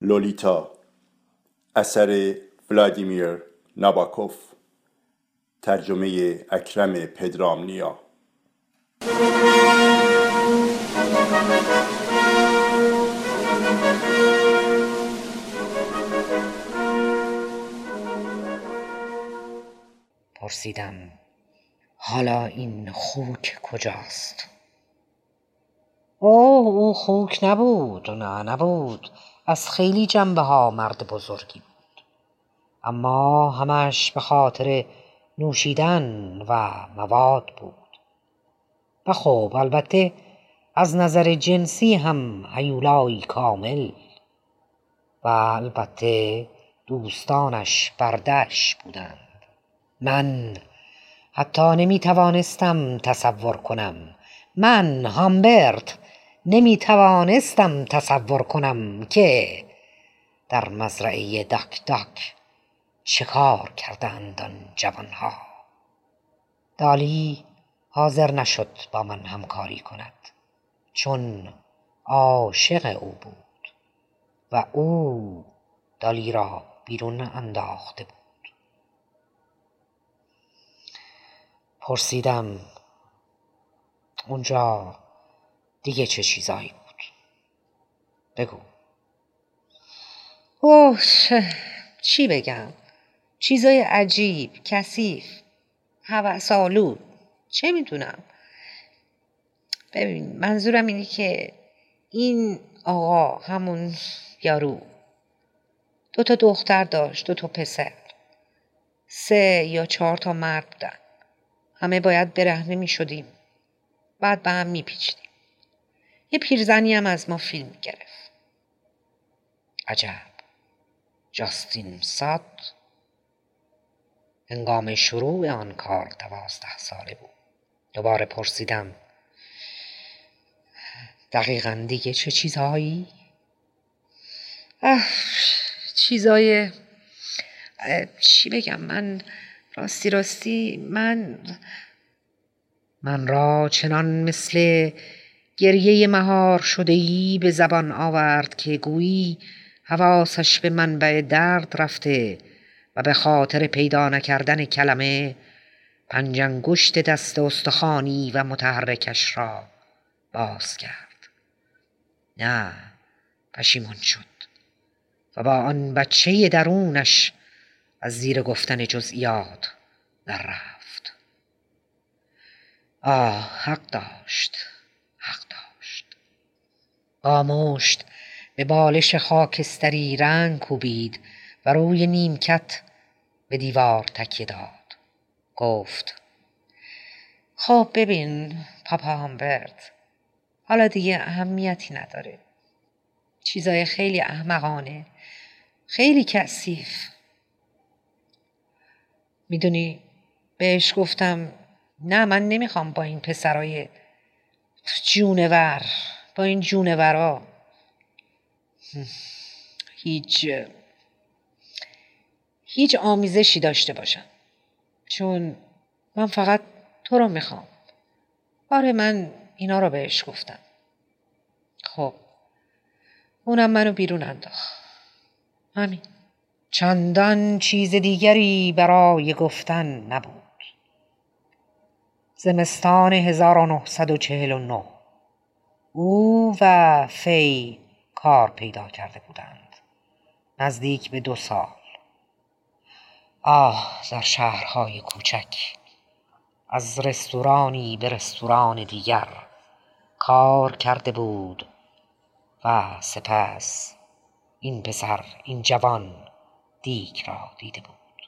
لولیتا اثر ولادیمیر ناباکوف، ترجمه اکرم پدرامنیا. پرسیدم حالا این خوک کجاست؟ او خوک نبود، نبود. از خیلی جنبه ها مرد بزرگی بود، اما همش به خاطر نوشیدن و مواد بود. و خب البته از نظر جنسی هم هیولایی کامل، و البته دوستانش بردش بودند. من حتی نمی توانستم تصور کنم، من هامبرت نمی توانستم تصور کنم که در مزرعه داک داک شکار کردند آن جوانها. دالی حاضر نشد با من همکاری کند، چون عاشق او بود و او دالی را بیرون انداخته بود. پرسیدم اونجا دیگه چه چیزایی بود؟ بگو. چی بگم؟ چیزای عجیب، کثیف، هوس‌آلود، چه میدونم. ببین، منظورم اینه که این آقا، همون یارو، 2 دختر داشت، 2 پسر، 3 یا 4 تا مرد بودن. همه باید برهنه می شدیم، بعد به هم می پیچیدیم. یه پیرزنی هم از ما فیلم می گرفت. عجب. جاستین ساد هنگام شروع آن کار 12 ساله بود. دوباره پرسیدم دقیقاً دیگه چه چیزهایی؟ چیزای چی بگم؟ من راستی من را چنان مثل گریه مهار شده‌ای به زبان آورد که گویی حواسش به منبع درد رفته و به خاطر پیدا نکردن کلمه پنجانگشت دست استخوانی و متحرکش را باز کرد. نه، پشیمان شد و با آن بچه درونش از زیر گفتن جزئیات در رفت. حق داشت. با مشت به بالش خاکستری رنگ کوبید و روی نیمکت به دیوار تکیه داد. گفت خب ببین پاپا هامبرت، حالا دیگه اهمیتی نداره. چیزای خیلی احمقانه، خیلی کثیف. میدونی بهش گفتم نه، من نمیخوام با این پسرای جونور، با این جونورا هیچ آمیزشی داشته باشم، چون من فقط تو رو میخوام. آره، من اینا رو بهش گفتم. خب اونم منو بیرون انداخت. همین. چندان چیز دیگری برای گفتن نبود. زمستان 1949 او و فی کار پیدا کرده بودند، نزدیک به 2 سال. در شهرهای کوچک، از رستورانی به رستوران دیگر کار کرده بود و سپس این پسر، این جوان دیگ را دیده بود.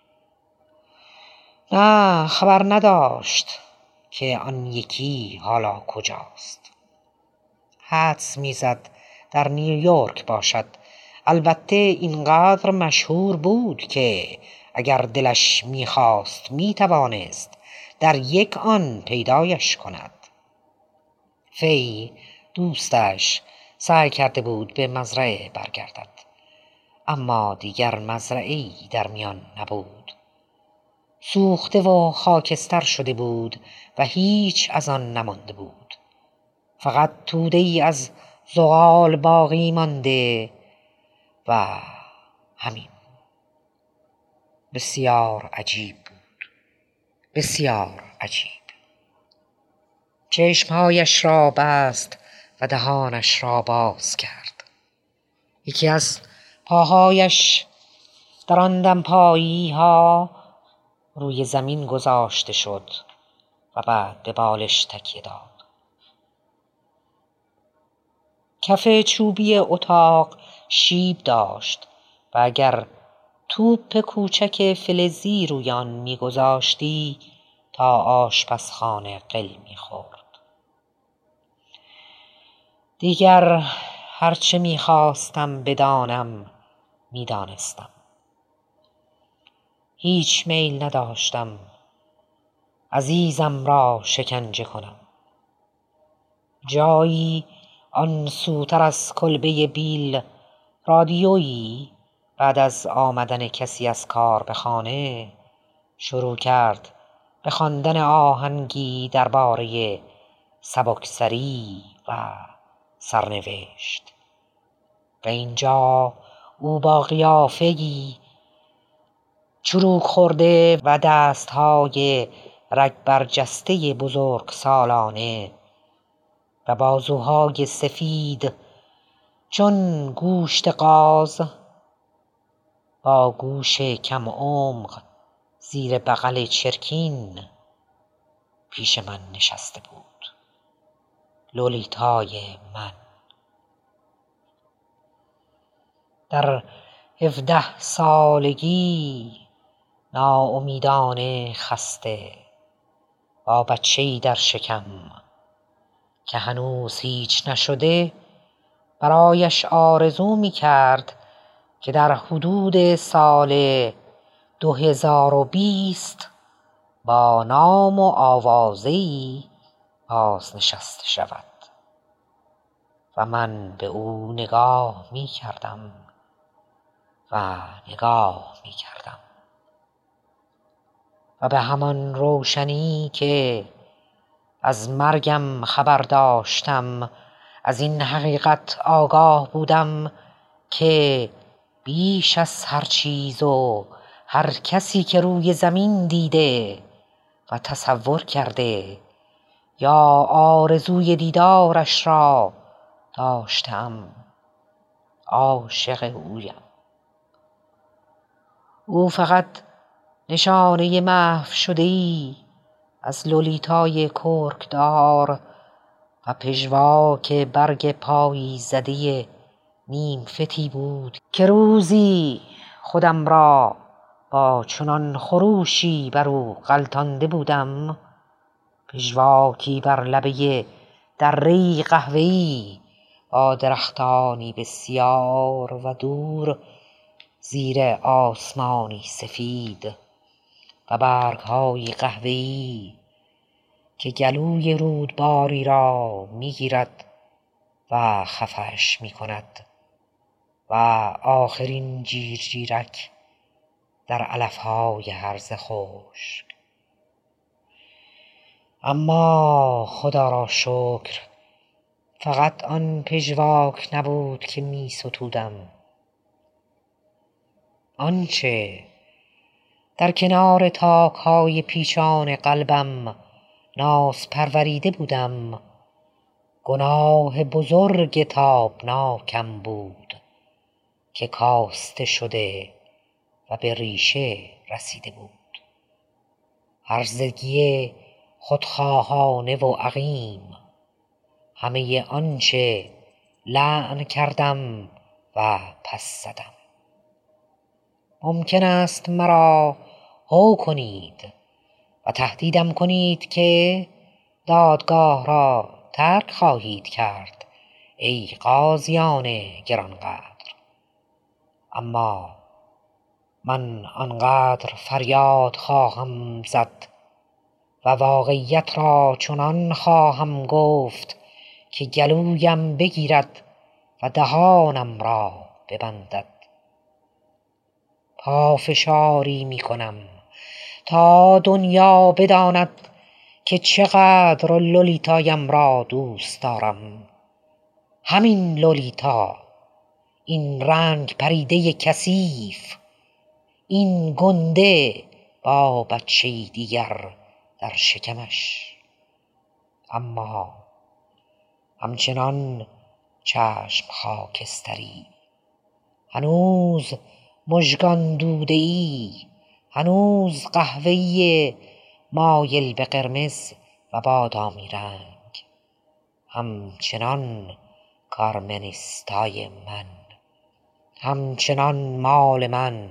نه، خبر نداشت که آن یکی حالا کجاست. حدس میزد در نیویورک باشد. البته اینقدر مشهور بود که اگر دلش میخواست میتوانست در یک آن پیدایش کند. فی دوستش سعی کرده بود به مزرعه برگردد، اما دیگر مزرعه‌ای در میان نبود. سوخته و خاکستر شده بود و هیچ از آن نمانده بود. فقط توده‌ای از زغال باقی مانده و همین. بسیار عجیب بود، بسیار عجیب. چشمهایش را بست و دهانش را باز کرد. یکی از پاهایش در آن دمپایی ها روی زمین گذاشته شد و بعد به بالش تکیه داد. کف چوبی اتاق شیب داشت و اگر توپ کوچک فلزی روی آن می‌گذاشتی تا آشپزخانه قل می‌خورد. دیگر هرچه می‌خواستم بدانم می‌دانستم. هیچ میل نداشتم عزیزم را شکنجه کنم. جایی آن سوتر از کلبه بیل رادیویی بعد از آمدن کسی از کار به خانه شروع کرد به خواندن آهنگی درباره سبکسری و سرنوشت. و اینجا او با قیافه‌ای چروک خورده و دستهای رگ برجسته بزرگ سالانه و بازوهای سفید چون گوشت قاز با گوش کم عمق زیر بغل چرکین پیش من نشسته بود. لولیتای من در 17 سالگی، ناامیدانه خسته، با بچه‌ای در شکم که هنوز هیچ نشده، برایش آرزو می کرد که در حدود سال 2020 با نام و آوازه‌ای بازنشسته شود. و من به او نگاه می کردم و نگاه می کردم و به همان روشنی که از مرگم خبر داشتم از این حقیقت آگاه بودم که بیش از هر چیز و هر کسی که روی زمین دیده و تصور کرده یا آرزوی دیدارش را داشتم عاشق اویم. او فقط نشانه محو شده‌ای از لولیتای کرکدار و پژواک برگ پایی زده نیم فتی بود که روزی خودم را با چنان خروشی بر او غلطانده بودم. پژواکی بر لبه دره‌ای قهوه‌ای با درختانی بسیار و دور زیر آسمانی سفید و برگ‌های قهوه‌ای که گلوی رودباری را می‌گیرد و خفش می‌کند و آخرین جیرجیرک در علف‌های هرزه خشک. اما خدا را شکر فقط آن پژواک نبود که می ستودم. آنچه در کنار تاک‌های پیچان قلبم ناز پروریده بودم گناه بزرگ تابناکم بود که کاسته شده و به ریشه رسیده بود. هرزگی خودخواهانه و عقیم، همه آنچه لعن کردم و پس زدم. ممکن است مرا هو کنید و تهدیدم کنید که دادگاه را ترک خواهید کرد ای قاضیان گرانقدر. اما من آنقدر فریاد خواهم زد و واقعیت را چنان خواهم گفت که گلویم بگیرد و دهانم را ببندد. پافشاری می کنم تا دنیا بداند که چقدر لولیتایم را دوست دارم. همین لولیتا، این رنگ پریده کثیف، این گنده با بچه‌ای دیگر در شکمش. اما همچنان چشم خاکستری، هنوز مژگان دوده ای، هنوز قهوه‌ای مایل به قرمز و بادامی رنگ، همچنان کارمنیستای من، همچنان مال من.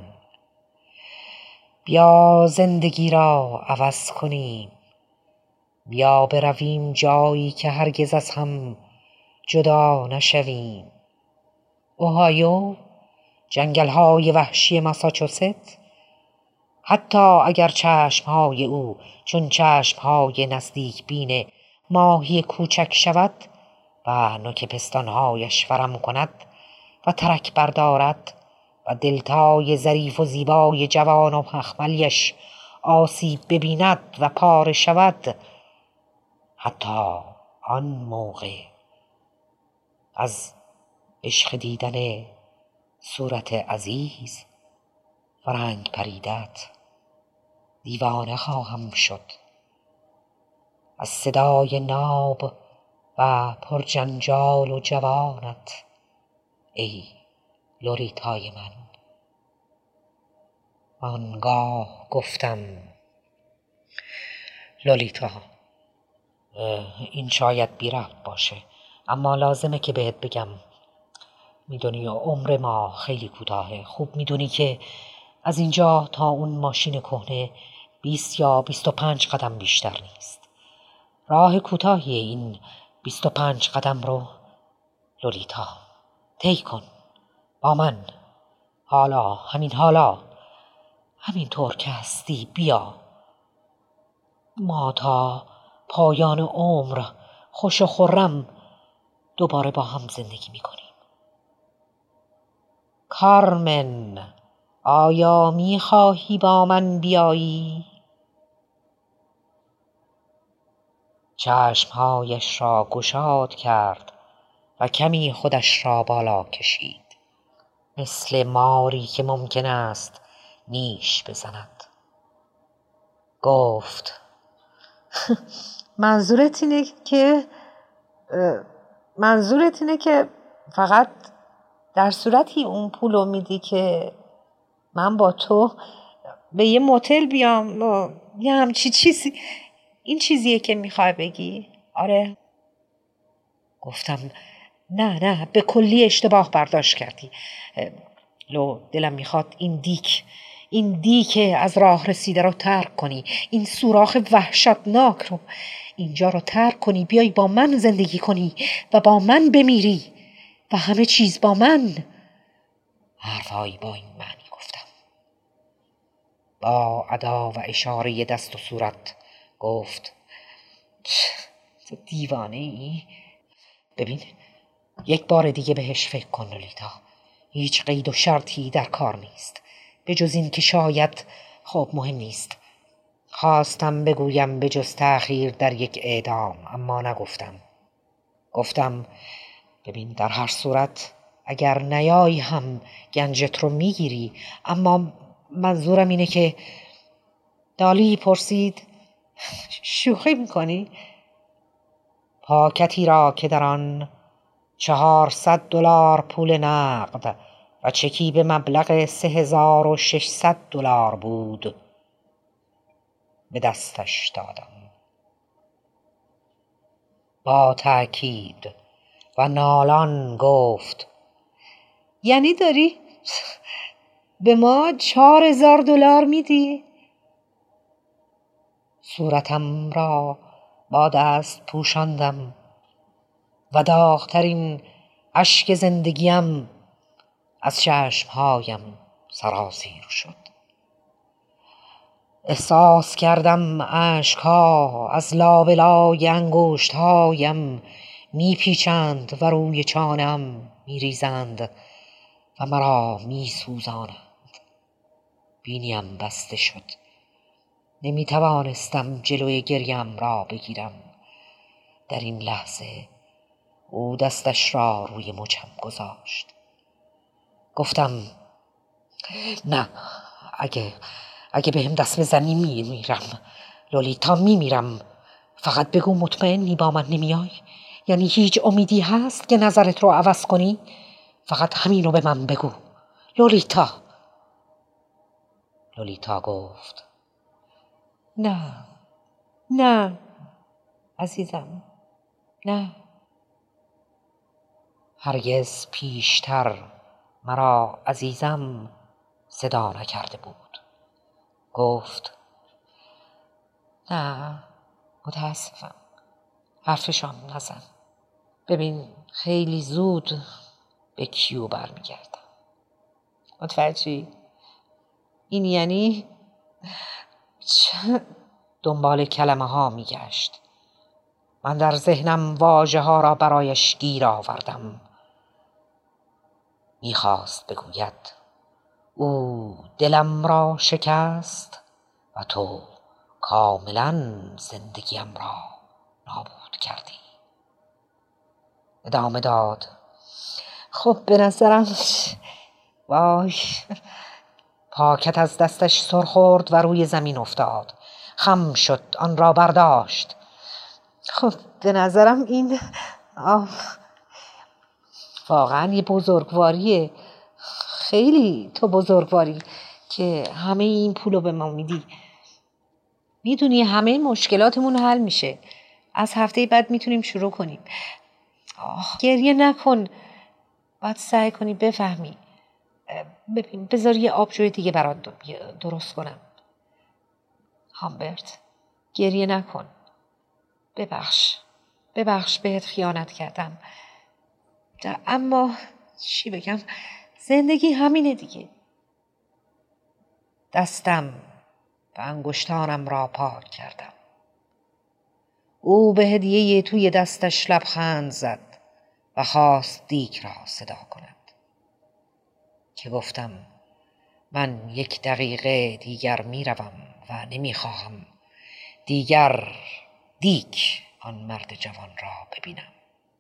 بیا زندگی را عوض کنیم، بیا برویم جایی که هرگز از هم جدا نشویم. اوهایو، جنگل‌های وحشی ماساچوست، حتی اگر چشم‌های او چون چشم‌های نزدیک بین ماهی کوچک شود و نوک پستان‌هایش ورم کند و ترک بردارد و دلتای ظریف و زیبای جوان و مخملیش آسیب ببیند و پاره شود، حتی آن موقع از عشق دیدن صورت عزیز و رنگ پریدت دیوانه خواهم شد. از صدای ناب و پرجنجال و جوانت ای لوریتای من. آنگاه گفتم لولیتا، این شاید بی ربط باشه، اما لازمه که بهت بگم. میدونی عمر ما خیلی کوتاهه. خوب میدونی که از اینجا تا اون ماشین کهنه 20 یا 25 قدم بیشتر نیست. راه کوتاهی این 25 قدم رو لولیتا طی کن با من. حالا، همین طور که هستی بیا. ما تا پایان عمر خوش و خرم دوباره با هم زندگی میکنیم. کارمن، آیا میخواهی با من بیایی؟ چشمهایش را گشاد کرد و کمی خودش را بالا کشید، مثل ماری که ممکن است نیش بزند. گفت منظورت اینه که فقط در صورتی اون پولو میدی که من با تو به یه موتل بیام، یه همچی چیزی. این چیزیه که میخوای بگی؟ آره. گفتم نه به کلی اشتباه برداشت کردی. دلم میخواد این دیک از راه رسیده رو ترک کنی، این سوراخ وحشتناک رو اینجا رو ترک کنی، بیای با من زندگی کنی و با من بمیری و همه چیز با من. حرفایی با این معنی گفتم. با ادا و اشاره دست و صورت گفت تو دیوانه ای؟ ببین، یک بار دیگه بهش فکر کن لولیتا. هیچ قید و شرطی در کار نیست به جز این که شاید، خب مهم نیست. خواستم بگویم به جز تأخیر در یک اعدام، اما نگفتم. گفتم ببین، در هر صورت اگر نیایی هم گنجت رو میگیری، اما منظورم اینه که. دالی پرسید شوخی میکنی؟ پاکتی را که در آن $400 پول نقد و چکی به مبلغ $3600 بود به دستش دادم. با تأکید و نالان گفت یعنی داری به ما $4000 میدی؟ صورتم را با دست پوشاندم و داغ‌ترین اشک زندگیم از چشمهایم سرازیر شد. احساس کردم اشک‌ها از لابلای انگشت‌هایم میپیچند و روی چانه‌ام میریزند و مرا میسوزانند. بینیم بسته شد. نمیتوانستم جلوی گریم را بگیرم. در این لحظه او دستش را روی مچم گذاشت. گفتم نه، اگه بهم دست بزنی میمیرم. لولیتا میمیرم. فقط بگو مطمئنی با من نمیای؟ یعنی هیچ امیدی هست که نظرت رو عوض کنی؟ فقط همین رو به من بگو لولیتا. لولیتا گفت نه عزیزم، نه. هرگز پیشتر مرا عزیزم صدا نکرده بود. گفت نه، متاسفم، حرفشان نزن. ببین خیلی زود به کیو برمیگردم. متوجهی؟ این یعنی دنبال کلمه ها میگشت. من در ذهنم واژه ها را برایش گیر آوردم. میخواست بگوید او دلم را شکست و تو کاملا زندگیم را نابود کردی. ادامه داد خب به نظرم وای. پاکت از دستش سر خورد و روی زمین افتاد. خم شد، آن را برداشت. خب به نظرم این واقعا یه بزرگواریه. خیلی تو بزرگواری که همه این پولو به ما میدی. میدونی همه مشکلاتمون حل میشه. از هفته بعد میتونیم شروع کنیم. گریه نکن. باید سعی کنی بفهمی. ببین بذار یه آبجوی دیگه برات درست کنم. هامبرت گریه نکن. ببخش بهت خیانت کردم. اما چی بگم، زندگی همینه دیگه. دستم و انگشتانم را پاک کردم. او به هدیه توی دستش لبخند زد و خواست دیک را صدا کند که گفتم من 1 دقیقه دیگر میروم و نمیخواهم دیگر دیک آن مرد جوان را ببینم.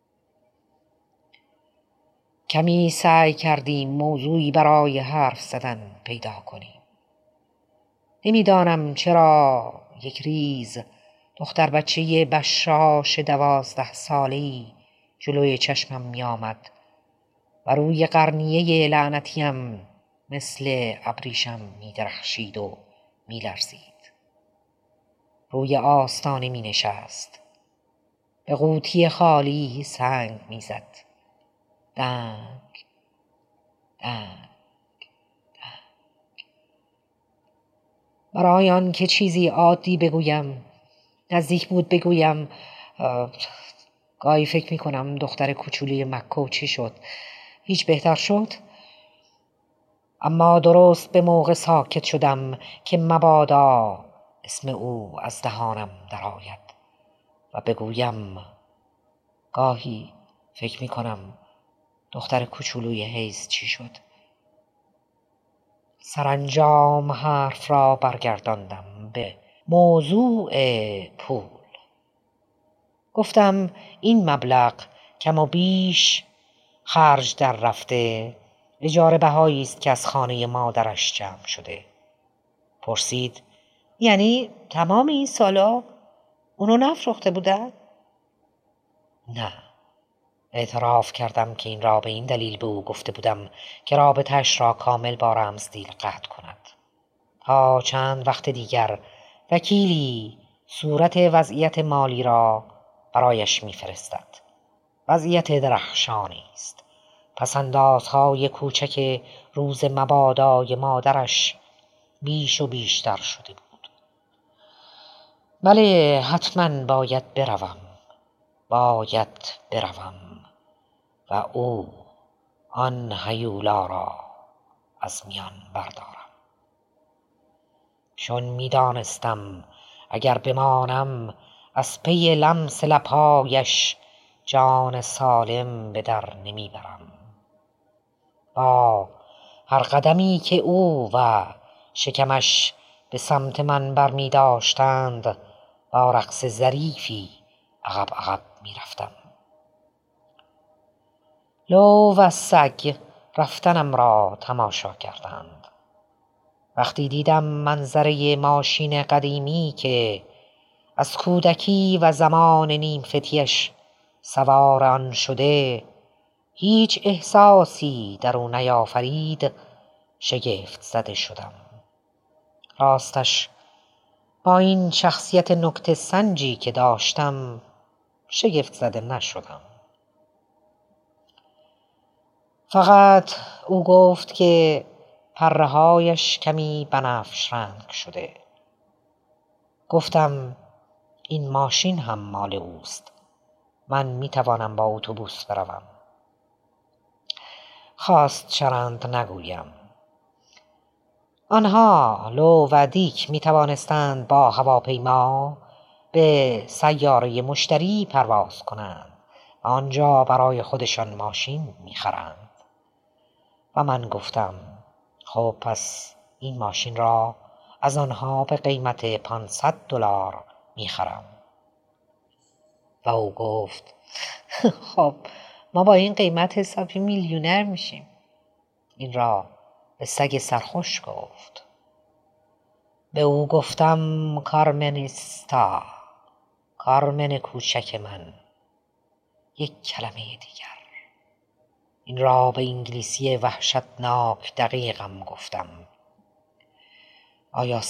کمی سعی کردیم موضوعی برای حرف زدن پیدا کنیم. نمیدانم چرا یک ریز دختر بچه بشاش 12 ساله‌ای جلوی چشمم می آمد و روی قرنیه لعنتیم مثل ابریشم می درخشید و می لرزید. روی آستانه می نشست. به قوطی خالی سنگ می زد. دنگ. برای آن که چیزی عادی بگویم، نزدیک بود بگویم گاهی فکر می کنم دختر کوچولی مکو چی شد؟ هیچ بهتر شد؟ اما درست به موقع ساکت شدم که مبادا اسم او از دهانم درآید و بگویم گاهی فکر می کنم دختر کوچولوی هیز چی شد؟ سرانجام حرف را برگرداندم به موضوع پول. گفتم این مبلغ کم و بیش خرج در رفته اجاره بهایی است که از خانه مادرش جمع شده. پرسید یعنی تمام این سالا اونو نفروخته بودن؟ نه. اعتراف کردم که این را به این دلیل به او گفته بودم که رابطه‌اش را کامل با رمزدیل قطع کند. تا چند وقت دیگر وکیلی صورت وضعیت مالی را برایش می‌فرستد. وضعیت درخشانی است. پس‌اندازهای کوچک روز مبادای مادرش بیش و بیشتر شده بود. بله حتما باید بروم و او آن هیولا را از میان بردارم. چون می‌دانستم اگر بمانم از پی لمس لب‌هایش جان سالم به در نمیبرم. با هر قدمی که او و شکمش به سمت من برمی داشتند با رقص ظریفی عقب می رفتم. لو و سگ رفتنم را تماشا کردند. وقتی دیدم منظره ماشین قدیمی که از کودکی و زمان نیم فتیش سوار آن شده هیچ احساسی در او نیافرید، شگفت زده شدم. راستش با این شخصیت نکته سنجی که داشتم شگفت زده نشدم. فقط او گفت که پرهایش کمی بنفش رنگ شده. گفتم این ماشین هم مال اوست، من میتوانم با اتوبوس بروم. خواست چرند نگویم. آنها لو و دیک میتوانستند با هواپیما به سیاره مشتری پرواز کنند و آنجا برای خودشان ماشین میخرند. و من گفتم خب پس این ماشین را از آنها به قیمت $500 میخرم. و او گفت خب ما با این قیمت حسابی میلیونر میشیم. این را به سگ سرخوش گفت. به او گفتم کارمنیستا، کارمن کوچک من. یک کلمه دیگر. این را به انگلیسی وحشتناک دقیقم گفتم. آیا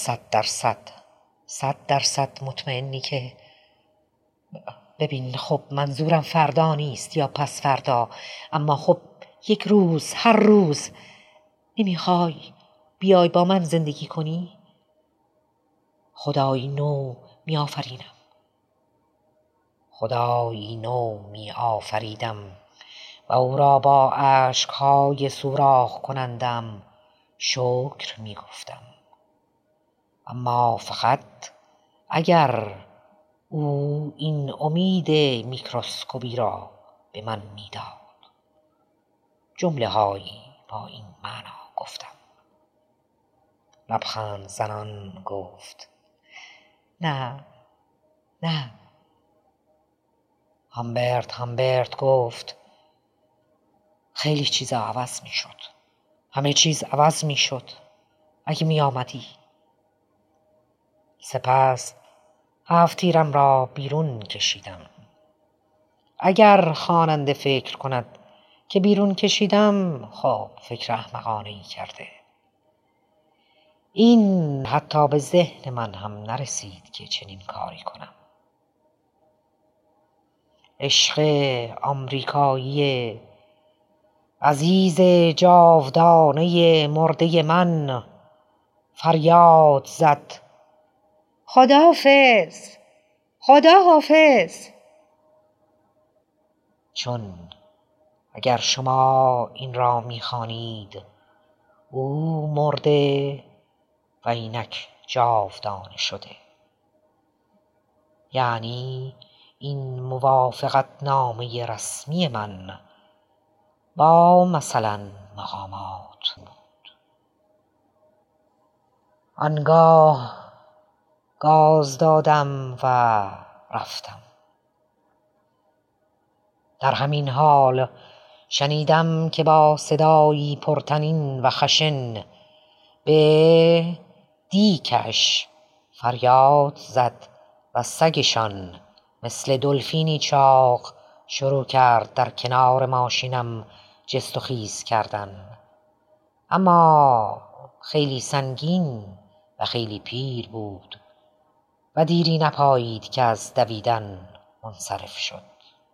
100% مطمئنی که ببین خب منظورم فردا نیست یا پس فردا، اما خب یک روز، هر روز نمیخوای بیای با من زندگی کنی؟ خدایی نو می آفرینم. خدایی نو می آفریدم و او را با اشکهای سوراخ کنندم شکر می گفتم. اما فقط اگر او این امید میکروسکوپی را به من میداد. جمله هایی با این معنا گفتم. لبخند زنان گفت نه. همبرت گفت خیلی چیزا عوض میشد. همه چیز عوض میشد اگه می آمدی. سپس 7 تیرم را بیرون کشیدم. اگر خواننده فکر کند که بیرون کشیدم، خب فکر احمقانه‌ای کرده. این حتی به ذهن من هم نرسید که چنین کاری کنم. عشق آمریکایی عزیز جاودانه مرده من فریاد زد خداحافظ، خداحافظ. چون اگر شما این را می‌خوانید او مرده و اینک جاودانه شده. یعنی این موافقت نامه رسمی من با مثلا مقامات بود. آنگاه گاز دادم و رفتم. در همین حال شنیدم که با صدایی پرطنین و خشن به دیکش فریاد زد و سگشان مثل دلفینی چاق شروع کرد در کنار ماشینم جست و خیز کردن. اما خیلی سنگین و خیلی پیر بود و دیری نپایید که از دویدن منصرف شد.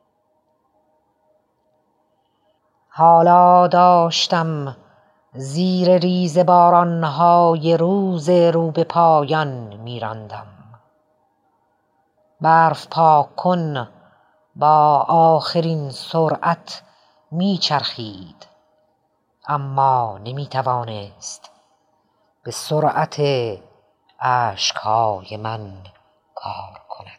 حالا داشتم زیر ریز بارانهای روز رو به پایان می‌راندم. برف پاک کن با آخرین سرعت میچرخید، اما نمیتوانست به سرعت اشکهای من کار کند.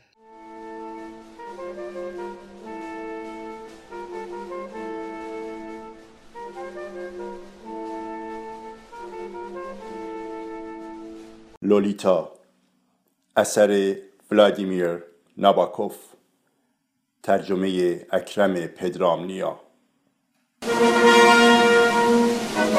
لولیتا اثر ولادیمیر ناباکوف، ترجمه اکرم پدرامنیا.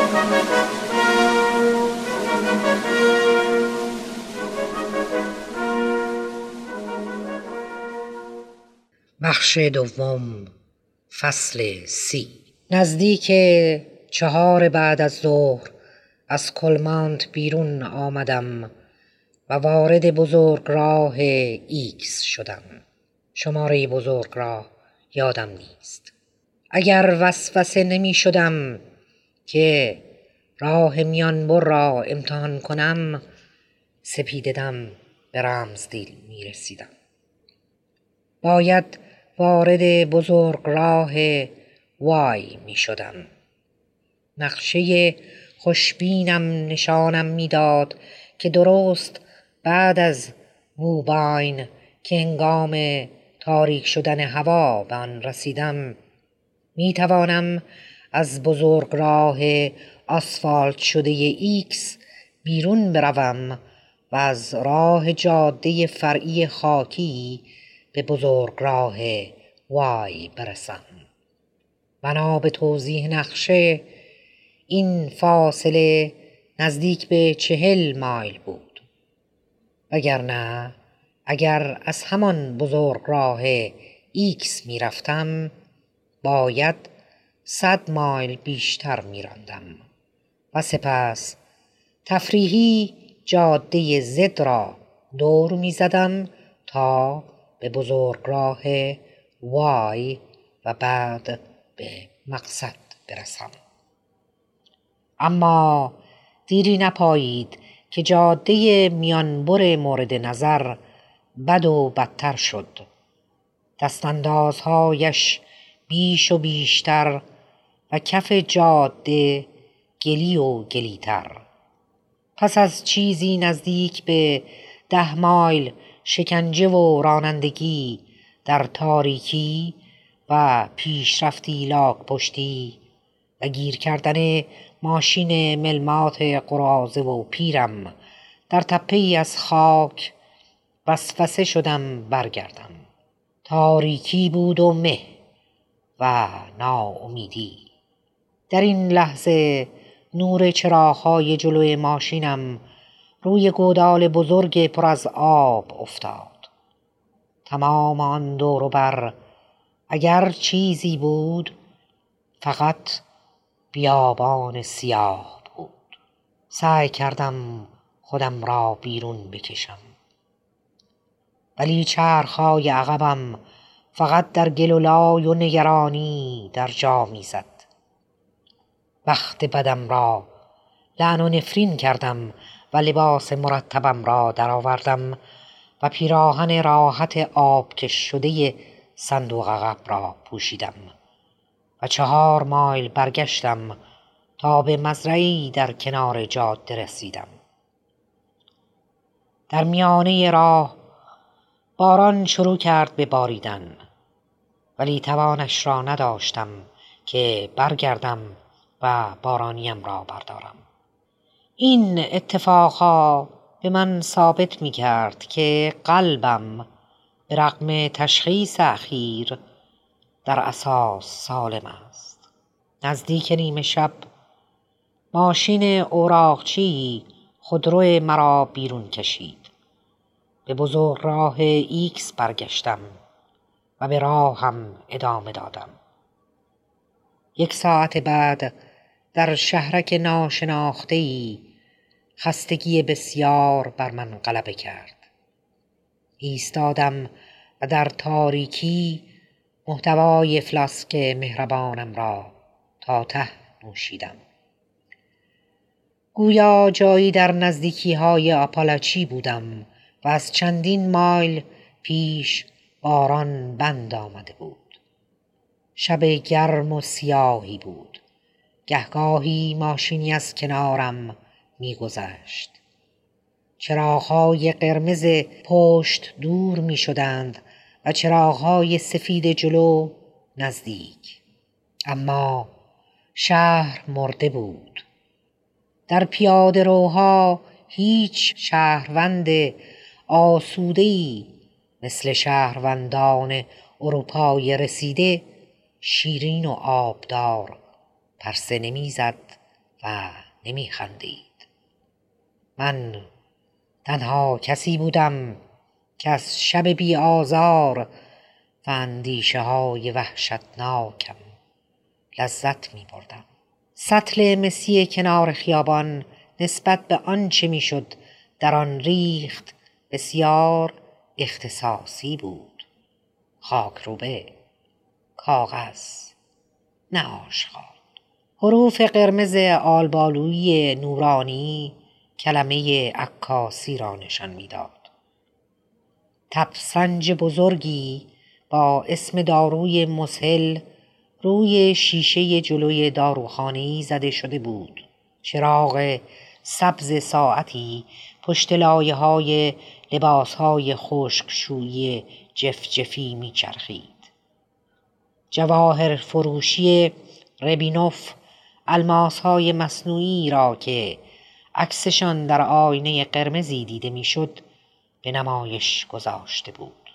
نزدیک 4 بعد از ظهر از کلمانت بیرون آمدم و وارد بزرگراه ایکس شدم. شماره بزرگراه یادم نیست. اگر وسوسه نمی شدم که راه میانبر را امتحان کنم، سپیددم به رمزدیل می رسیدم. باید وارد بزرگراه وای می شدم. نقشه خوشبینم نشانم می داد که درست بعد از موباین که هنگام تاریک شدن هوا به آن رسیدم، می توانم از بزرگراه آسفالت شده ایکس بیرون بروم و از راه جاده فرعی خاکی به بزرگراه وای برسم. بنا به توضیح نقشه این فاصله نزدیک به 40 مایل بود، وگرنه اگر از همان بزرگراه ایکس می رفتم باید 100 مایل بیشتر می راندم و سپس تفریحی جاده زد را دور می زدم تا به بزرگراه وای و بعد به مقصد برسم. اما دیری نپایید که جاده میانبر مورد نظر بد و بدتر شد. دستاندازهایش بیش و بیشتر و کف جاده گلی و گلیتر. پس از چیزی نزدیک به 10 مایل شکنجه و رانندگی در تاریکی و پیشرفتی لاک پشتی و گیر کردن ماشین ملمات قراضه و پیرم در تپه‌ای از خاک، وسوسه شدم برگردم. تاریکی بود و مه و ناامیدی. در این لحظه نور چراغ‌های جلوی ماشینم روی گودال بزرگ پر از آب افتاد. تمام آن دور و بر اگر چیزی بود فقط بیابان سیاه بود. سعی کردم خودم را بیرون بکشم، ولی چرخ‌های عقبم فقط در گل و لای و نگرانی در جا می زد. بخت بدم را لعن و نفرین کردم و لباس مرتبم را درآوردم و پیراهن راحت آبکش شده صندوق عقب را پوشیدم و 4 مایل برگشتم تا به مزرعه‌ای در کنار جاده رسیدم. در میانه راه باران شروع کرد به باریدن، ولی توانش را نداشتم که برگردم و بارانیم را بردارم. این اتفاقها به من ثابت می کرد که قلبم به رغم تشخیص اخیر در اساس سالم است. نزدیک نیمه شب ماشین اوراقچی خودرو مرا بیرون کشید. به بزرگراه ایکس برگشتم و به راهم ادامه دادم. 1 ساعت بعد در شهرک ناشناخته‌ای خستگی بسیار بر من غلبه کرد. ایستادم و در تاریکی محتوای فلاسک مهربانم را تا ته نوشیدم. گویا جایی در نزدیکی‌های آپالاچی بودم و از چندین مایل پیش باران بند آمده بود. شب گرم و سیاهی بود. گهگاهی ماشینی از کنارم می‌گذشت. چراغ‌های قرمز پشت دور می‌شدند و چراغ‌های سفید جلو نزدیک. اما شهر مرده بود. در پیاده‌روها هیچ شهروند آسوده‌ای مثل شهروندان اروپای رسیده، شیرین و آبدار پرسه نمی‌زد و نمی خندید. من تنها کسی بودم که از شب بی آزار و اندیشه های وحشتناکم لذت می بردم. سطل مسی کنار خیابان نسبت به آنچه می شد در آن ریخت بسیار اختصاصی بود. خاکروبه، کاغذ، نه آشغال. حروف قرمز آلبالویی نورانی کلمه عکاسی را نشان میداد. تبسنج بزرگی با اسم داروی مسهل روی شیشه جلوی داروخانه‌ای زده شده بود. چراغ سبز ساعتی پشت لایه‌های لباس‌های خشکشویی جفجفی میچرخید. جواهر فروشی ربینوف الماس‌های مصنوعی را که عکسشان در آینه قرمزی دیده میشد به نمایش گذاشته بود.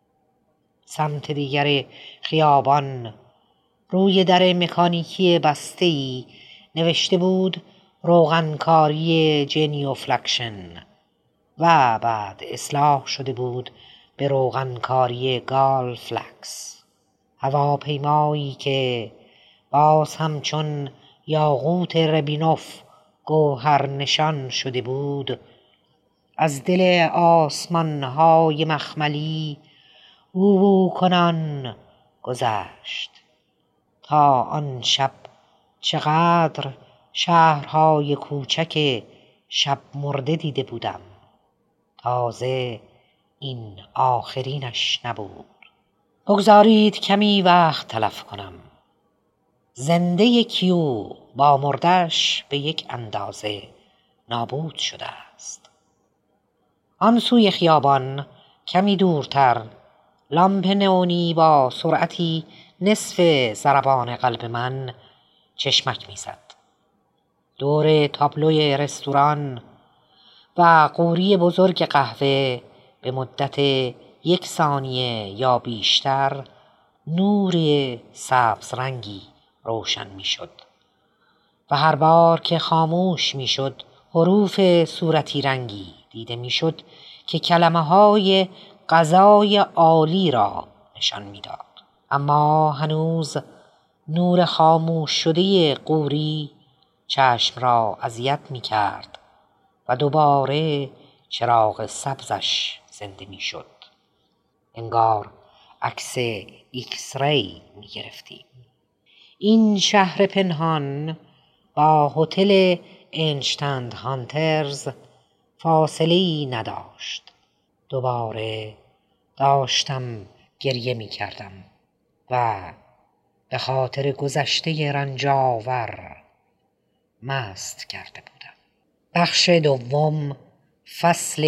سمت دیگر خیابان روی در مکانیکی بسته‌ای نوشته بود روغنکاری جنیوفلکشن و بعد اصلاح شده بود به روغنکاری گالفلکس. هواپیمایی که باز همچون یاقوت ربینوف گوهر نشان شده بود از دل آسمان‌های مخملی او کنان گذشت. تا آن شب چقدر شهرهای کوچک شب مرده دیده بودم. تازه این آخرینش نبود. بگذارید کمی وقت تلف کنم. زنده کیو با مردش به یک اندازه نابود شده است. آن سوی خیابان کمی دورتر لامپ نئونی با سرعتی نصف ضربان قلب من چشمک میزد. دور تابلوی رستوران و قوری بزرگ قهوه به مدت 1 ثانیه یا بیشتر نور سبز رنگی روشن میشد و هر بار که خاموش میشد حروف صورتی رنگی دیده میشد که کلمه های غذای عالی را نشان میداد. اما هنوز نور خاموش شده قوری چشم را اذیت می کرد و دوباره چراغ سبزش زنده می شد. انگار عکس ایکس ری می گرفتیم. این شهر پنهان با هتل انشتند هانترز فاصله‌ای نداشت. دوباره داشتم گریه می کردم و به خاطر گذشته رنجاور مست کرده بودم. بخش دوم، فصل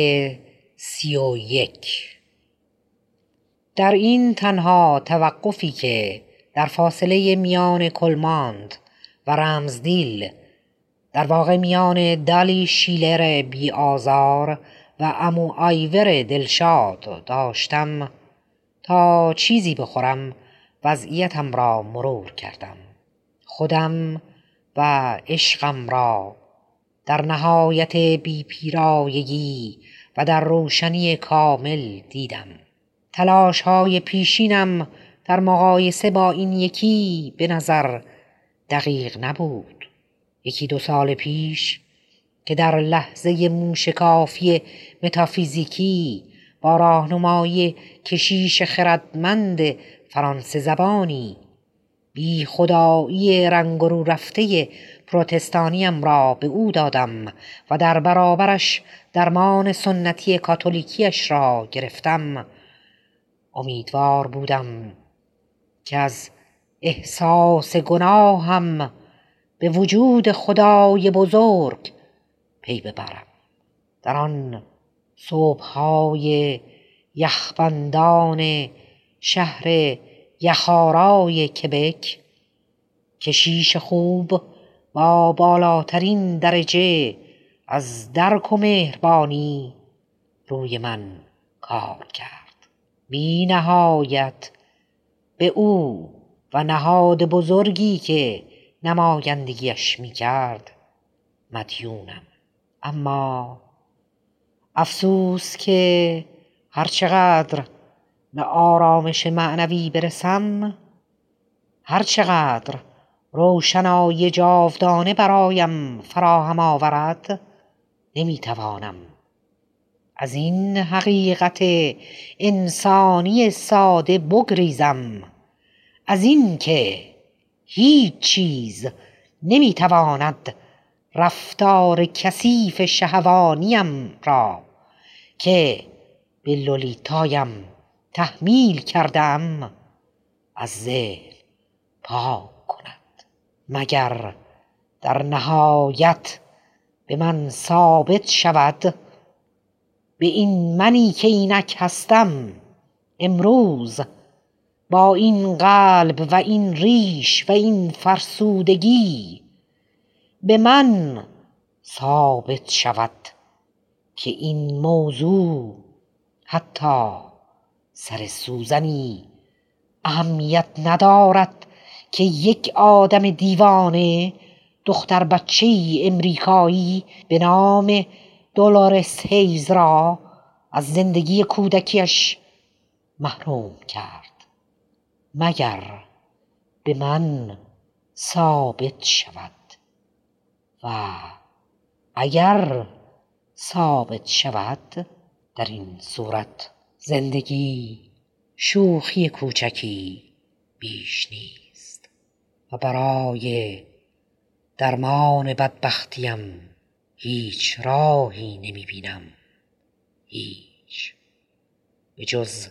31. در این تنها توقفی که در فاصله میان کلماند و رمزدیل، در واقع میان دالی شیلر بی آزار و عمو آیور دلشاد داشتم تا چیزی بخورم، وضعیتم را مرور کردم. خودم و عشقم را در نهایت بی پیرایگی و در روشنی کامل دیدم. تلاش های پیشینم در مقایسه با این یکی به نظر دقیق نبود. 1-2 سال پیش که در لحظه موشکافی متافیزیکی با راهنمایی کشیش خردمند فرانسه زبانی بی خدایی رنگ رو رفته پروتستانیم را به او دادم و در برابرش درمان سنتی کاتولیکیش را گرفتم، امیدوار بودم که از احساس گناهم به وجود خدای بزرگ پی ببرم. در آن صبح‌های یخبندان شهر یخارای کبک کشیش خوب با بالاترین درجه از درک و مهربانی روی من کار کرد. بی نهایت به او و نهاد بزرگی که نمایندگیش می کرد مدیونم. اما افسوس که هرچقدر به آرامش معنوی برسم، هرچقدر روشنایی جاودانه برایم فراهم آورد، نمیتوانم از این حقیقت انسانی ساده بگریزم، از این که هیچ چیز نمیتواند رفتار کثیف شهوانیم را که به لولیتایم تحمیل کردم از ذهن پاک کند، مگر در نهایت به من ثابت شود، به این منی که اینک هستم امروز با این قلب و این ریش و این فرسودگی، به من ثابت شود که این موضوع حتی سر سوزنی اهمیت ندارد که یک آدم دیوانه دختر بچه‌ای امریکایی به نام دولورس هیز را از زندگی کودکیش محروم کرد، مگر به من ثابت شود. و اگر ثابت شود، در این صورت زندگی شوخی کوچکی بیش نیست و برای درمان بدبختیم هیچ راهی نمی بینم، هیچ، به جز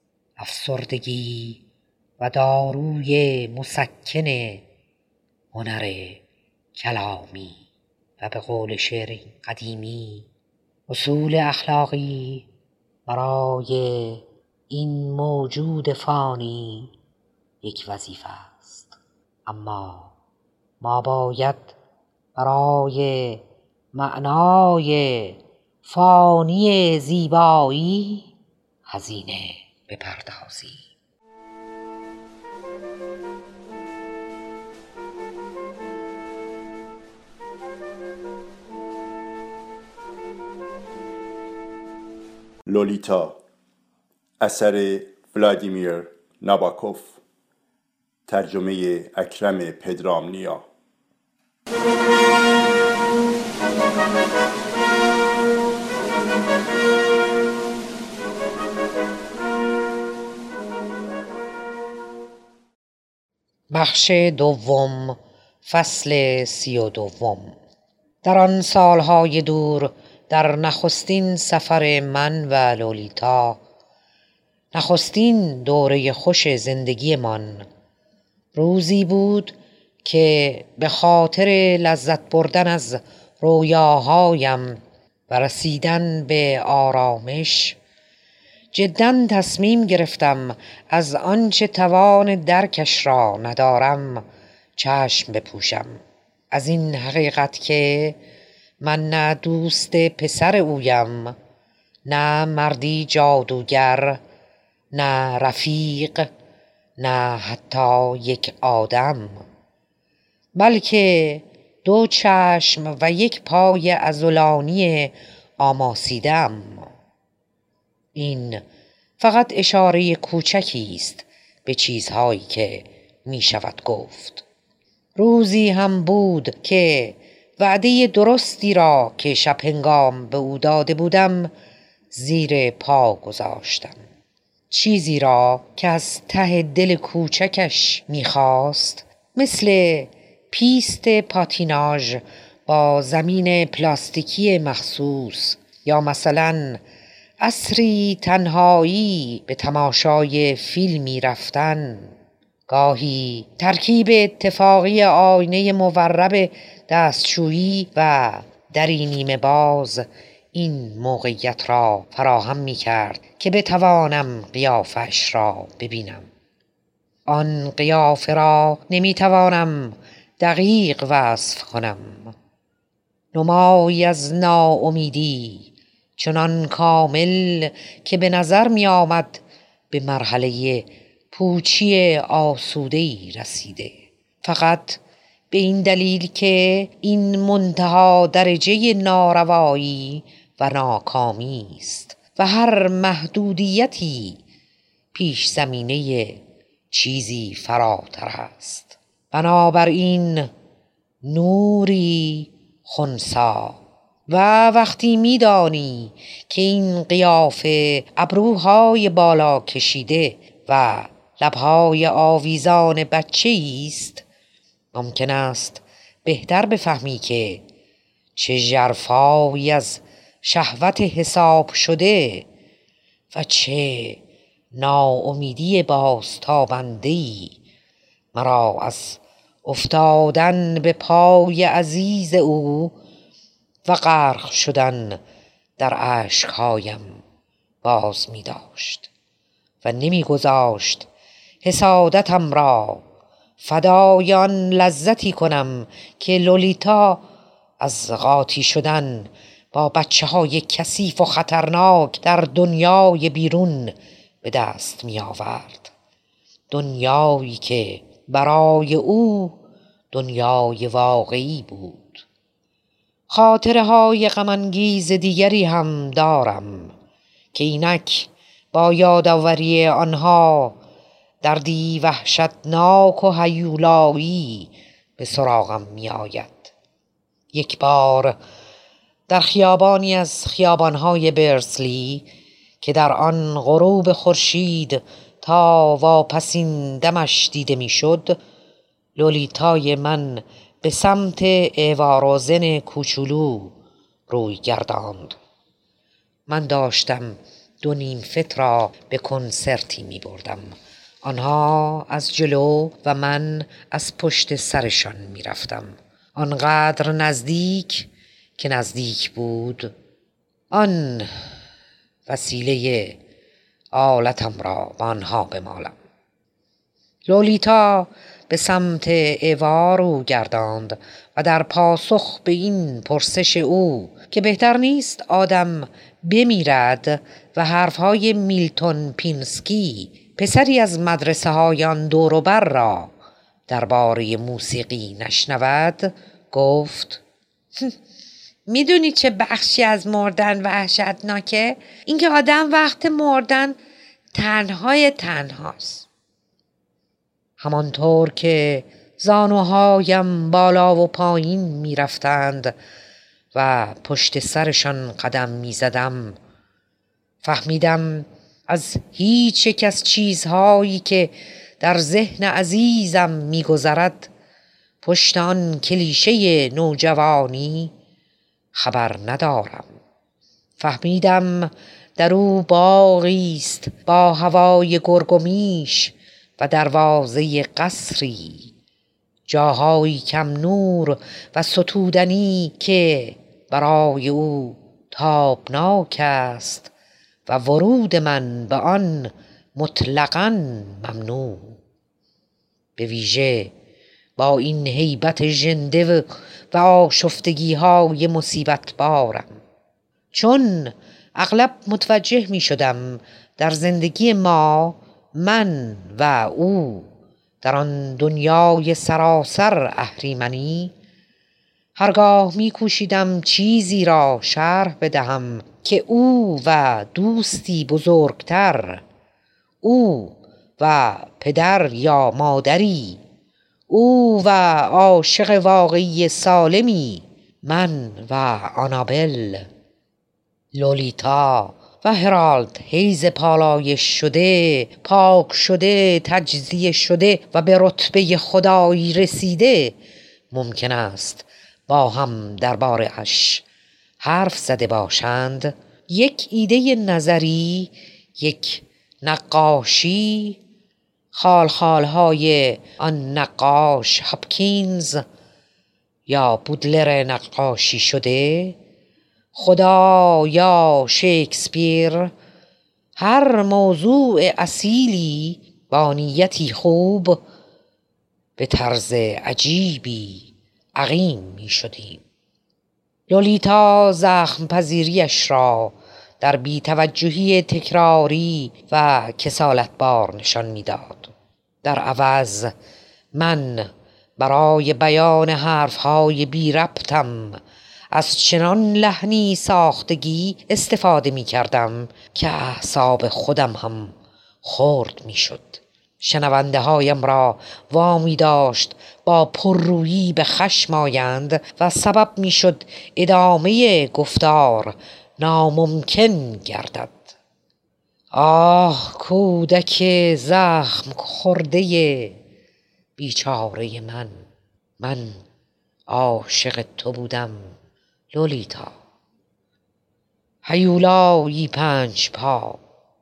افسردگی و داروی مسکن هنر کلامی و به قول شعر قدیمی اصول اخلاقی برای این موجود فانی یک وظیفه است. اما ما باید برای معنای فانی زیبایی هزینه بپردازیم. لولیتا اثر ولادیمیر ناباکوف، ترجمه اکرم پدرامنیا. بخش دوم، فصل 32. در آن سالهای دور، در نخستین سفر من و لولیتا، نخستین دوره خوش زندگی من، روزی بود که به خاطر لذت بردن از رویاهایم و رسیدن به آرامش جداً تصمیم گرفتم از آنچه توان درکش را ندارم چشم بپوشم، از این حقیقت که من نه دوست پسر اویم، نه مردی جادوگر، نه رفیق، نه حتی یک آدم، بلکه دو چشم و یک پای عضلانی آماسیدم. این فقط اشاره کوچکی است به چیزهایی که می شود گفت. روزی هم بود که وعده درستی را که شب هنگام به او داده بودم زیر پا گذاشتم، چیزی را که از ته دل کوچکش می‌خواست، مثل پیست پاتیناژ با زمین پلاستیکی مخصوص، یا مثلا عصری تنهایی به تماشای فیلمی رفتن، گاهی ترکیب اتفاقی آینه مورب دستشویی و دری نیمه باز این موقعیت را فراهم می کرد که بتوانم قیافش را ببینم. آن قیافه را نمی توانم دقیق وصف کنم. نمایی از ناامیدی چنان کامل که به نظر می آمد به مرحله پوچی آسوده‌ای رسیده. فقط به به این دلیل که این منتها درجه ناروایی و ناکامی است و هر محدودیتی پیش زمینه چیزی فراتر است. بنابراین نوری خنثی و وقتی می‌دانی که این قیافه ابروهای بالا کشیده و لبهای آویزان بچه‌ای است، ممکن است بهتر بفهمی که چه ژرفایی از شهوت حساب شده و چه ناامیدی بازتابنده‌ای مرا از افتادن به پای عزیز او و غرق شدن در اشک‌هایم باز می داشت و نمی گذاشت حسادتم را فدای آن لذتی کنم که لولیتا از قاطی شدن با بچه‌های کثیف و خطرناک در دنیای بیرون به دست می آورد. دنیایی که برای او دنیای واقعی بود. خاطره‌های غم‌انگیز دیگری هم دارم که اینک با یادآوری آنها دردی وحشتناک و هیولایی به سراغم می آید. یک بار در خیابانی از خیابانهای برسلی که در آن غروب خورشید تا واپسین دمش دیده می شد، لولیتای من به سمت ایواروزن کوچولو روی گرداند. من داشتم 2 فت را به کنسرتی می بردم. آنها از جلو و من از پشت سرشان می رفتم. آنقدر نزدیک که نزدیک بود آن وسیله آلتم را با آنها بمالم. لولیتا به سمت ایوا رو گرداند و در پاسخ به این پرسش او که بهتر نیست آدم بمیرد و حرفهای میلتون پینسکی پسری از مدرسه های آن دور و بر را درباره موسیقی نشنود، گفت میدونی چه بخشی از مردن وحشتناکه؟ اینکه آدم وقت مردن تنهاست. همانطور که زانوهایم بالا و پایین می رفتند و پشت سرشان قدم می زدم، فهمیدم از هیچ یک از چیزهایی که در ذهن عزیزم می گذرد پشت آن کلیشه نوجوانی خبر ندارم. فهمیدم در او باغی است با هوای گرگ و میش و دروازه قصری، جاهایی کم نور و ستودنی که برای او تابناک است و ورود من به آن مطلقاً ممنوع. به ویژه با این هیبت ژنده و آشفتگی های مصیبت بارم، چون اغلب متوجه می شدم در زندگی ما، من و او در آن دنیای سراسر اهریمنی، هرگاه می کوشیدم چیزی را شرح بدهم که او و دوستی بزرگتر، او و پدر یا مادری، او و عاشق واقعی سالمی، من و آنابل، لولیتا و هرالد هیز پالایش شده، پاک شده، تجزیه شده و به رتبه خدایی رسیده، ممکن است با هم درباره‌اش حرف زده باشند، یک ایده نظری، یک نقاشی، خالخالهای آن نقاش هاپکینز یا بودلر نقاشی شده، خدا یا شکسپیر، هر موضوع اصیلی با نیتی خوب به طرز عجیبی عقیم می شدیم. لولیتا زخم پذیریش را در بی‌توجهی تکراری و کسالتبار نشان می‌داد. در عوض من برای بیان حرفهای بی ربطم از چنان لحنی ساختگی استفاده می کردم که اعصاب خودم هم خرد می شد. شنونده هایم را وامی داشت با پررویی به خشم آیند و سبب می شد ادامه گفتار ناممکن گردد. آه کودک زخم خورده بیچاره من عاشق تو بودم لولیتا، هیولایی 5 پا.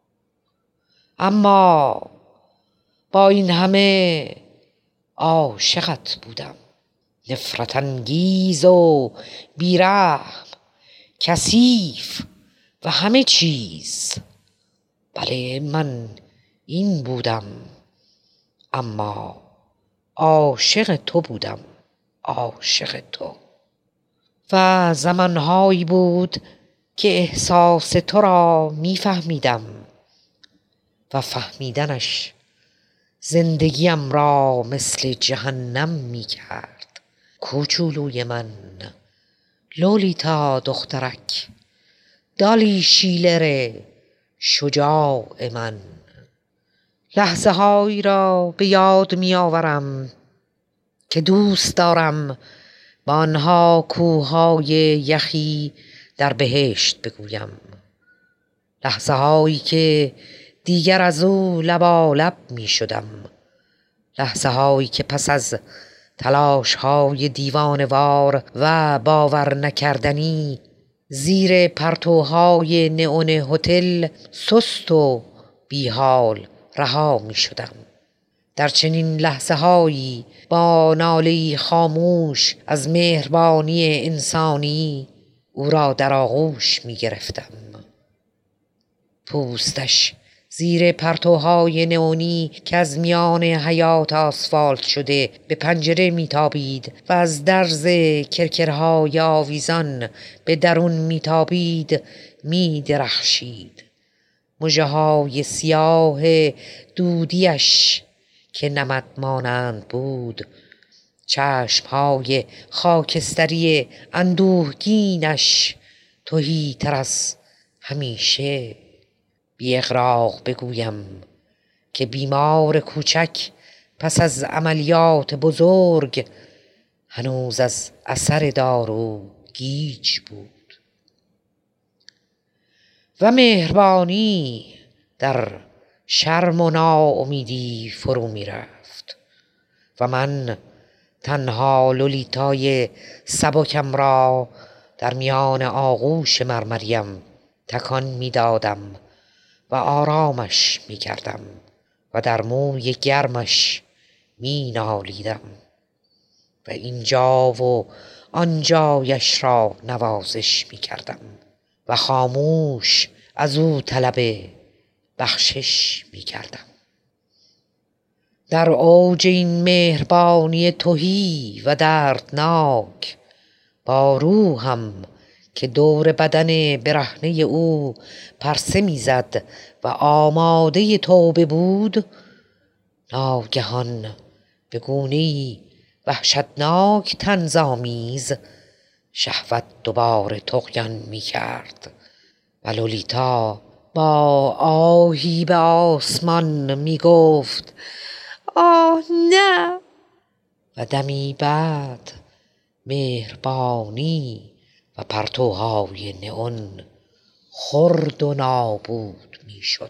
اما با این همه عاشقت بودم، نفرت انگیز و بیرحم، کثیف و همه چیز. بله من این بودم، اما عاشق تو بودم، عاشق تو. و زمانهایی بود که احساس تو را میفهمیدم و فهمیدنش زندگیم را مثل جهنم میکرد. کوچولوی من، لولیتا دخترک، دالی شیلر شجاع من. لحظه هایی را به یاد می آورم که دوست دارم با آنها کوههای یخی در بهشت بگویم. لحظه هایی که دیگر از او لبالب می شدم. لحظه هایی که پس از تلاش های دیوانوار و باور نکردنی زیر پرتوهای نئون هتل سست و بیحال رها می شدم. در چنین لحظه هایی با ناله‌ای خاموش از مهربانی انسانی او را در آغوش می گرفتم. پوستش زیر پرتوهای نئونی که از میان حیاط آسفالت شده به پنجره میتابید و از درز کرکرهای آویزان به درون میتابید میدرخشید. مژه‌های سیاه دودیش که نمد مانند بود، چشمهای خاکستری اندوهگینش تهی تر از همیشه. بی اغراق بگویم که بیمار کوچک پس از عملیات بزرگ هنوز از اثر دارو گیج بود و مهربانی در شرم و ناامیدی فرو می رفت و من تنها لولیتای سبکم را در میان آغوش مرمریم تکان می دادم و آرامش می کردم و در موی گرمش می نالیدم و اینجا و آنجایش را نوازش می کردم و خاموش از او طلب بخشش می کردم. در اوج این مهربانی تهی و دردناک با روحم که دور بدن برهنه او پرسه میزد و آماده توبه بود، ناگهان به گونه‌ای وحشتناک طنزآمیز شهوت دوباره طغیان می کرد و لولیتا با آهی به آسمان می گفت آه نه، و دمی بعد مهربانی و پرتوهای نئون خرد و نابود می شد.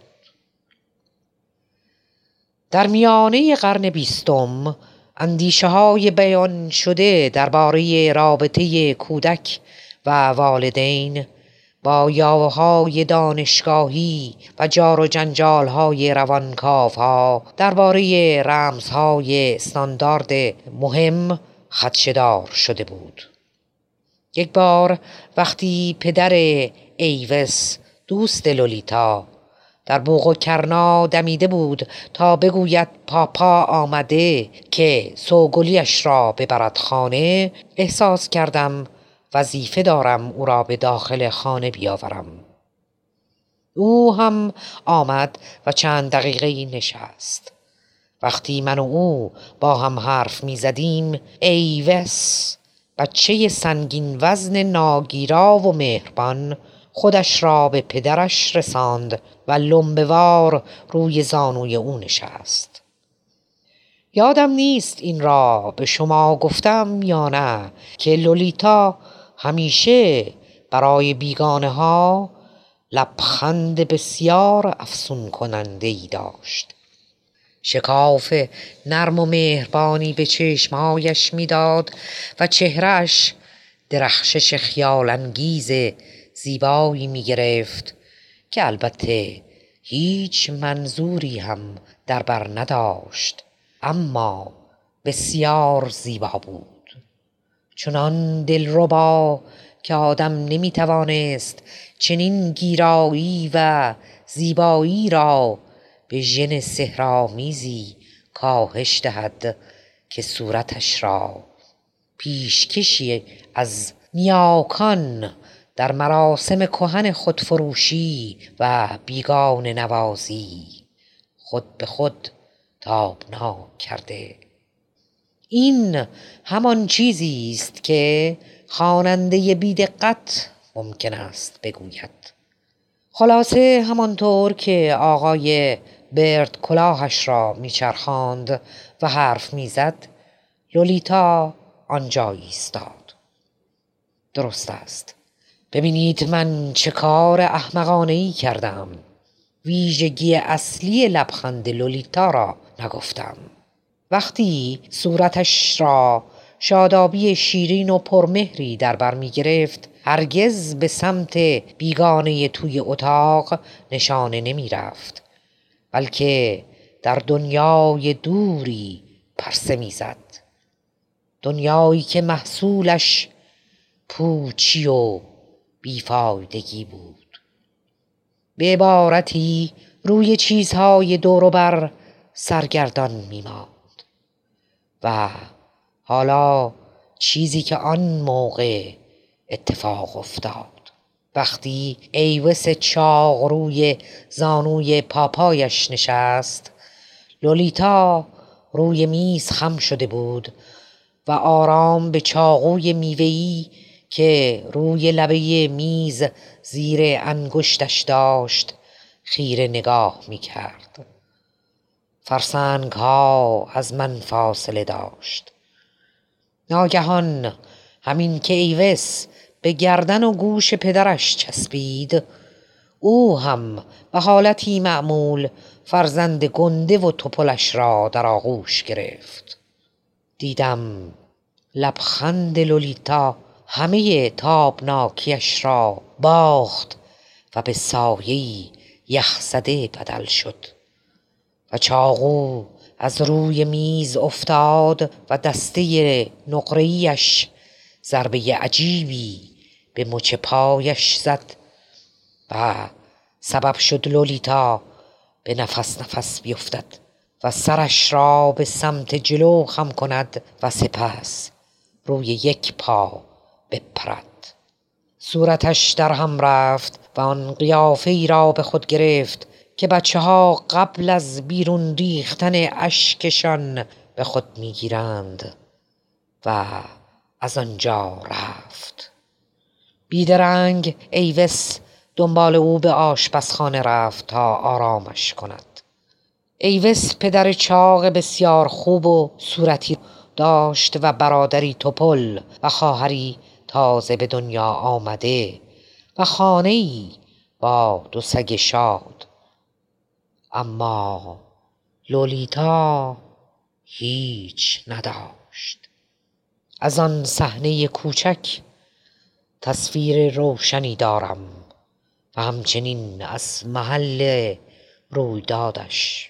در میانه قرن 20 اندیشه های بیان شده درباره رابطه کودک و والدین با یاوه‌های دانشگاهی و جار و جنجال‌های روانکاوها درباره رمزهای استاندارد مهم خدشه‌دار شده بود. یک بار وقتی پدر ایوس دوست لولیتا در بوق و کرنا دمیده بود تا بگوید پاپا آمده که سوگلیش را ببرد خانه، احساس کردم وظیفه دارم او را به داخل خانه بیاورم. او هم آمد و چند دقیقه نشست وقتی من و او با هم حرف می زدیم، ایوس بچه سنگین وزن ناگیرا و مهربان خودش را به پدرش رساند و لنبه‌وار روی زانوی او نشست. یادم نیست این را به شما گفتم یا نه که لولیتا همیشه برای بیگانه ها لبخند بسیار افسون کننده ای داشت. شکاف نرم و مهربانی به چشمهایش میداد و چهرهش درخشش خیال انگیز زیبایی می گرفت که البته هیچ منظوری هم در بر نداشت، اما بسیار زیبا بود، چنان دلربا که آدم نمی توانست چنین گیرایی و زیبایی را به ژن سحرآمیزی کاهش دهد که صورتش را پیشکشی از نیاکان در مراسم کهن خودفروشی و بیگانه نوازی خود به خود تابناک کرده. این همان چیزی است که خواننده بی‌دقت ممکن است بگوید. خلاصه همانطور که آقای برد کلاهش را میچرخاند و حرف میزد، لولیتا آنجا ایستاد. درست است. ببینید من چه کار احمقانه‌ای کردم. ویژگی اصلی لبخند لولیتا را نگفتم. وقتی صورتش را شادابی شیرین و پرمهری در بر می گرفت، هرگز به سمت بیگانه توی اتاق نشانه نمی رفت، بلکه در دنیای دوری پرسه می زد. دنیایی که محصولش پوچی و بیفایدگی بود. به عبارتی روی چیزهای دور و بر سرگردان می ماند. و حالا چیزی که آن موقع اتفاق افتاد. وقتی ایوس چاق روی زانوی پاپایش نشست، لولیتا روی میز خم شده بود و آرام به چاقوی میوه‌ای که روی لبه میز زیر انگشتش داشت خیره نگاه می کرد. فرسنگ ها از من فاصله داشت. ناگهان همین که ایوس به گردن و گوش پدرش چسبید، او هم به حالتی معمول فرزند گنده و توپلش را در آغوش گرفت. دیدم لبخند لولیتا همه تابناکیش را باخت و به سایه‌ای یخزده بدل شد و چاقو از روی میز افتاد و دسته نقره‌ایش ضربه عجیبی به مچ پایش زد و سبب شد لولیتا به نفس بیفتد و سرش را به سمت جلو خم کند و سپس روی یک پا بپرد. صورتش در هم رفت و آن قیافه‌ای را به خود گرفت که بچه‌ها قبل از بیرون ریختن اشکشان به خود میگیرند و از آنجا رفت. بیدرنگ ایوس دنبال او به آشپزخانه رفت تا آرامش کند. ایوس پدر چاق بسیار خوب و صورتی داشت و برادری توپل و خواهری تازه به دنیا آمده و خانه‌ای با 2 سگ شاد. اما لولیتا هیچ نداشت. از آن صحنه کوچک تصویر روشنی دارم و همچنین از محل رویدادش.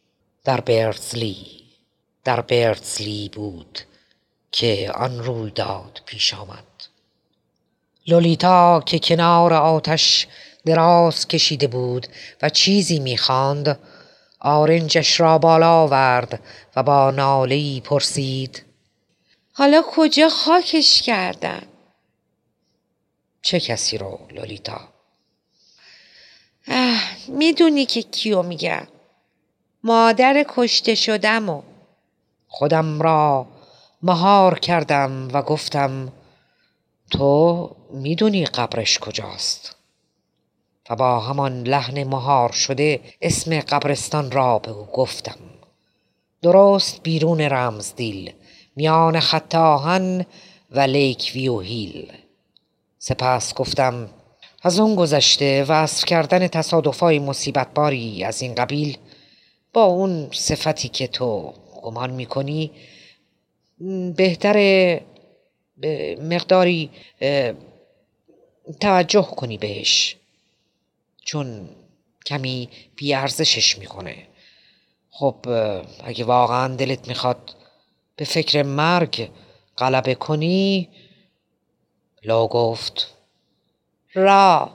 در برزلی بود که آن رویداد پیش آمد. لولیتا که کنار آتش دراز کشیده بود و چیزی می‌خواند، آرنجش را بالا آورد و با ناله‌ای پرسید: حالا کجا خاکش کردن؟ چه کسی رو لولیتا؟ میدونی که کیو میگم. مادر کشته شدم و خودم را مهار کردم و گفتم تو میدونی قبرش کجاست؟ و با همان لحن مهار شده اسم قبرستان را به او گفتم. درست بیرون رمزدیل، میان خط آهن و لیک ویو هیل. سپس گفتم از اون گذشته وصف کردن تصادفای مصیبت باری از این قبیل با اون صفتی که تو گمان میکنی بهتره مقداری توجه کنی بهش، چون کمی بیارزشش میکنه. خب اگه واقعا دلت میخواد به فکر مرگ غلبه کنی، لو گفت را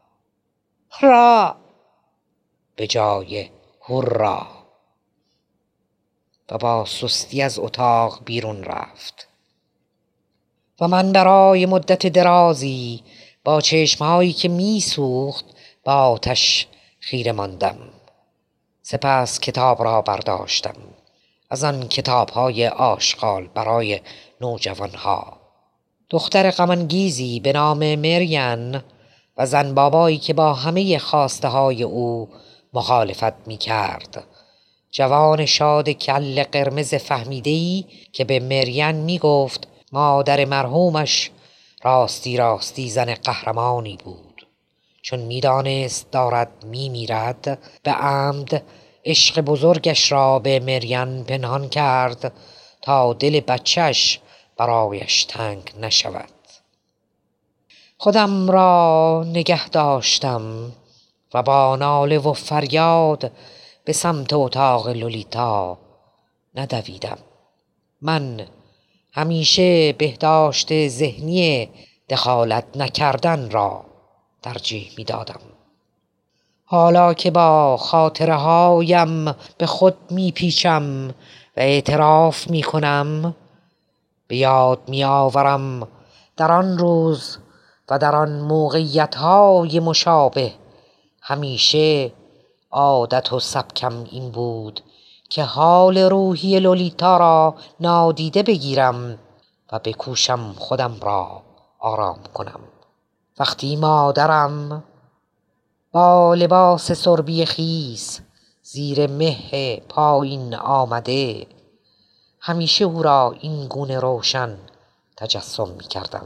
به جای هورا و با سستی از اتاق بیرون رفت. و من برای مدت درازی با چشمهایی که میسوخت با آتش خیره ماندم. سپس کتاب را برداشتم، از آن کتاب‌های آشغال برای نوجوانها. دختر غم‌انگیزی به نام مریان و زن بابایی که با همه خواسته‌های او مخالفت می‌کرد. جوان شاد کل قرمز فهمیده‌ای که به مریان می‌گفت مادر مرحومش راستی زن قهرمانی بود، چون می‌دانست دارد می‌میرد به عمد عشق بزرگش را به مریان پنهان کرد تا دل بچه‌اش برایش تنگ نشود. خودم را نگه داشتم و با ناله و فریاد به سمت اتاق لولیتا ندویدم. من همیشه بهداشت ذهنی دخالت نکردن را ترجیح می دادم. حالا که با خاطره هایم به خود می پیچم و اعتراف می کنم، به یاد می آورم در آن روز و در آن موقعیت های مشابه همیشه عادت و سبکم این بود که حال روحی لولیتا را نادیده بگیرم و بکوشم خودم را آرام کنم. وقتی مادرم با لباس سربی خیس زیر مه پایین آمده، همیشه او را این گونه روشن تجسم می کردم.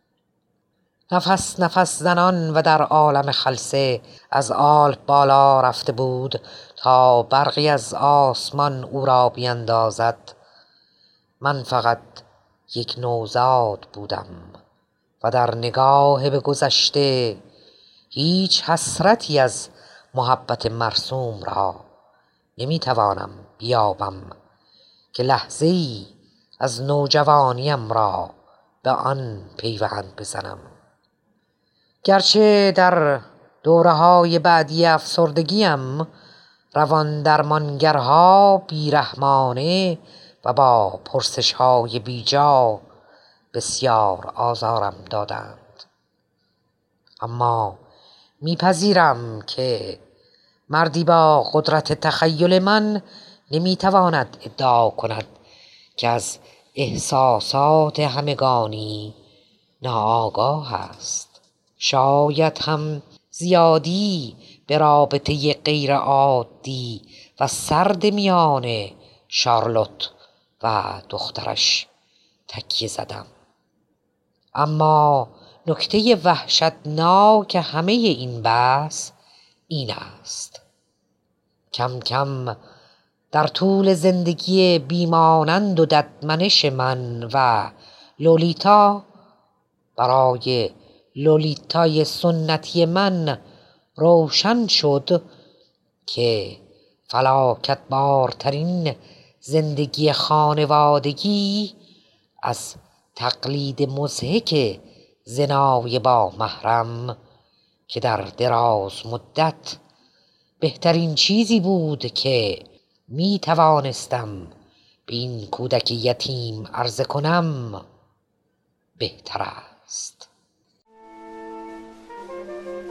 نفس زنان و در عالم خلسه از آلپ بالا رفته بود تا برقی از آسمان او را بیندازد. من فقط یک نوزاد بودم و در نگاه به گذشته هیچ حسرتی از محبت مرسوم را نمیتوانم بیابم که لحظه‌ای از نوجوانیم را به آن پیوند بزنم. گرچه در دوره‌های بعدی افسردگیم روان درمانگرها بیرحمانه و با پرسش‌های بیجا بسیار آزارم دادند، اما میپذیرم که مردی با قدرت تخیل من نمیتواند ادعا کند که از احساسات همگانی ناآگاه است. شاید هم زیادی به رابطه غیر عادی و سرد میان شارلوت و دخترش تکیه زدم. اما نکته وحشتناک همه این بحث این است: کم کم در طول زندگی بیمانند و ددمنش من و لولیتا برای لولیتای سنتی من روشن شد که فلاکت بارترین زندگی خانوادگی از تقلید مضحک زنای با محرم که در دراز مدت بهترین چیزی بود که می توانستم به این کودک یتیم عرضه کنم بهتر است.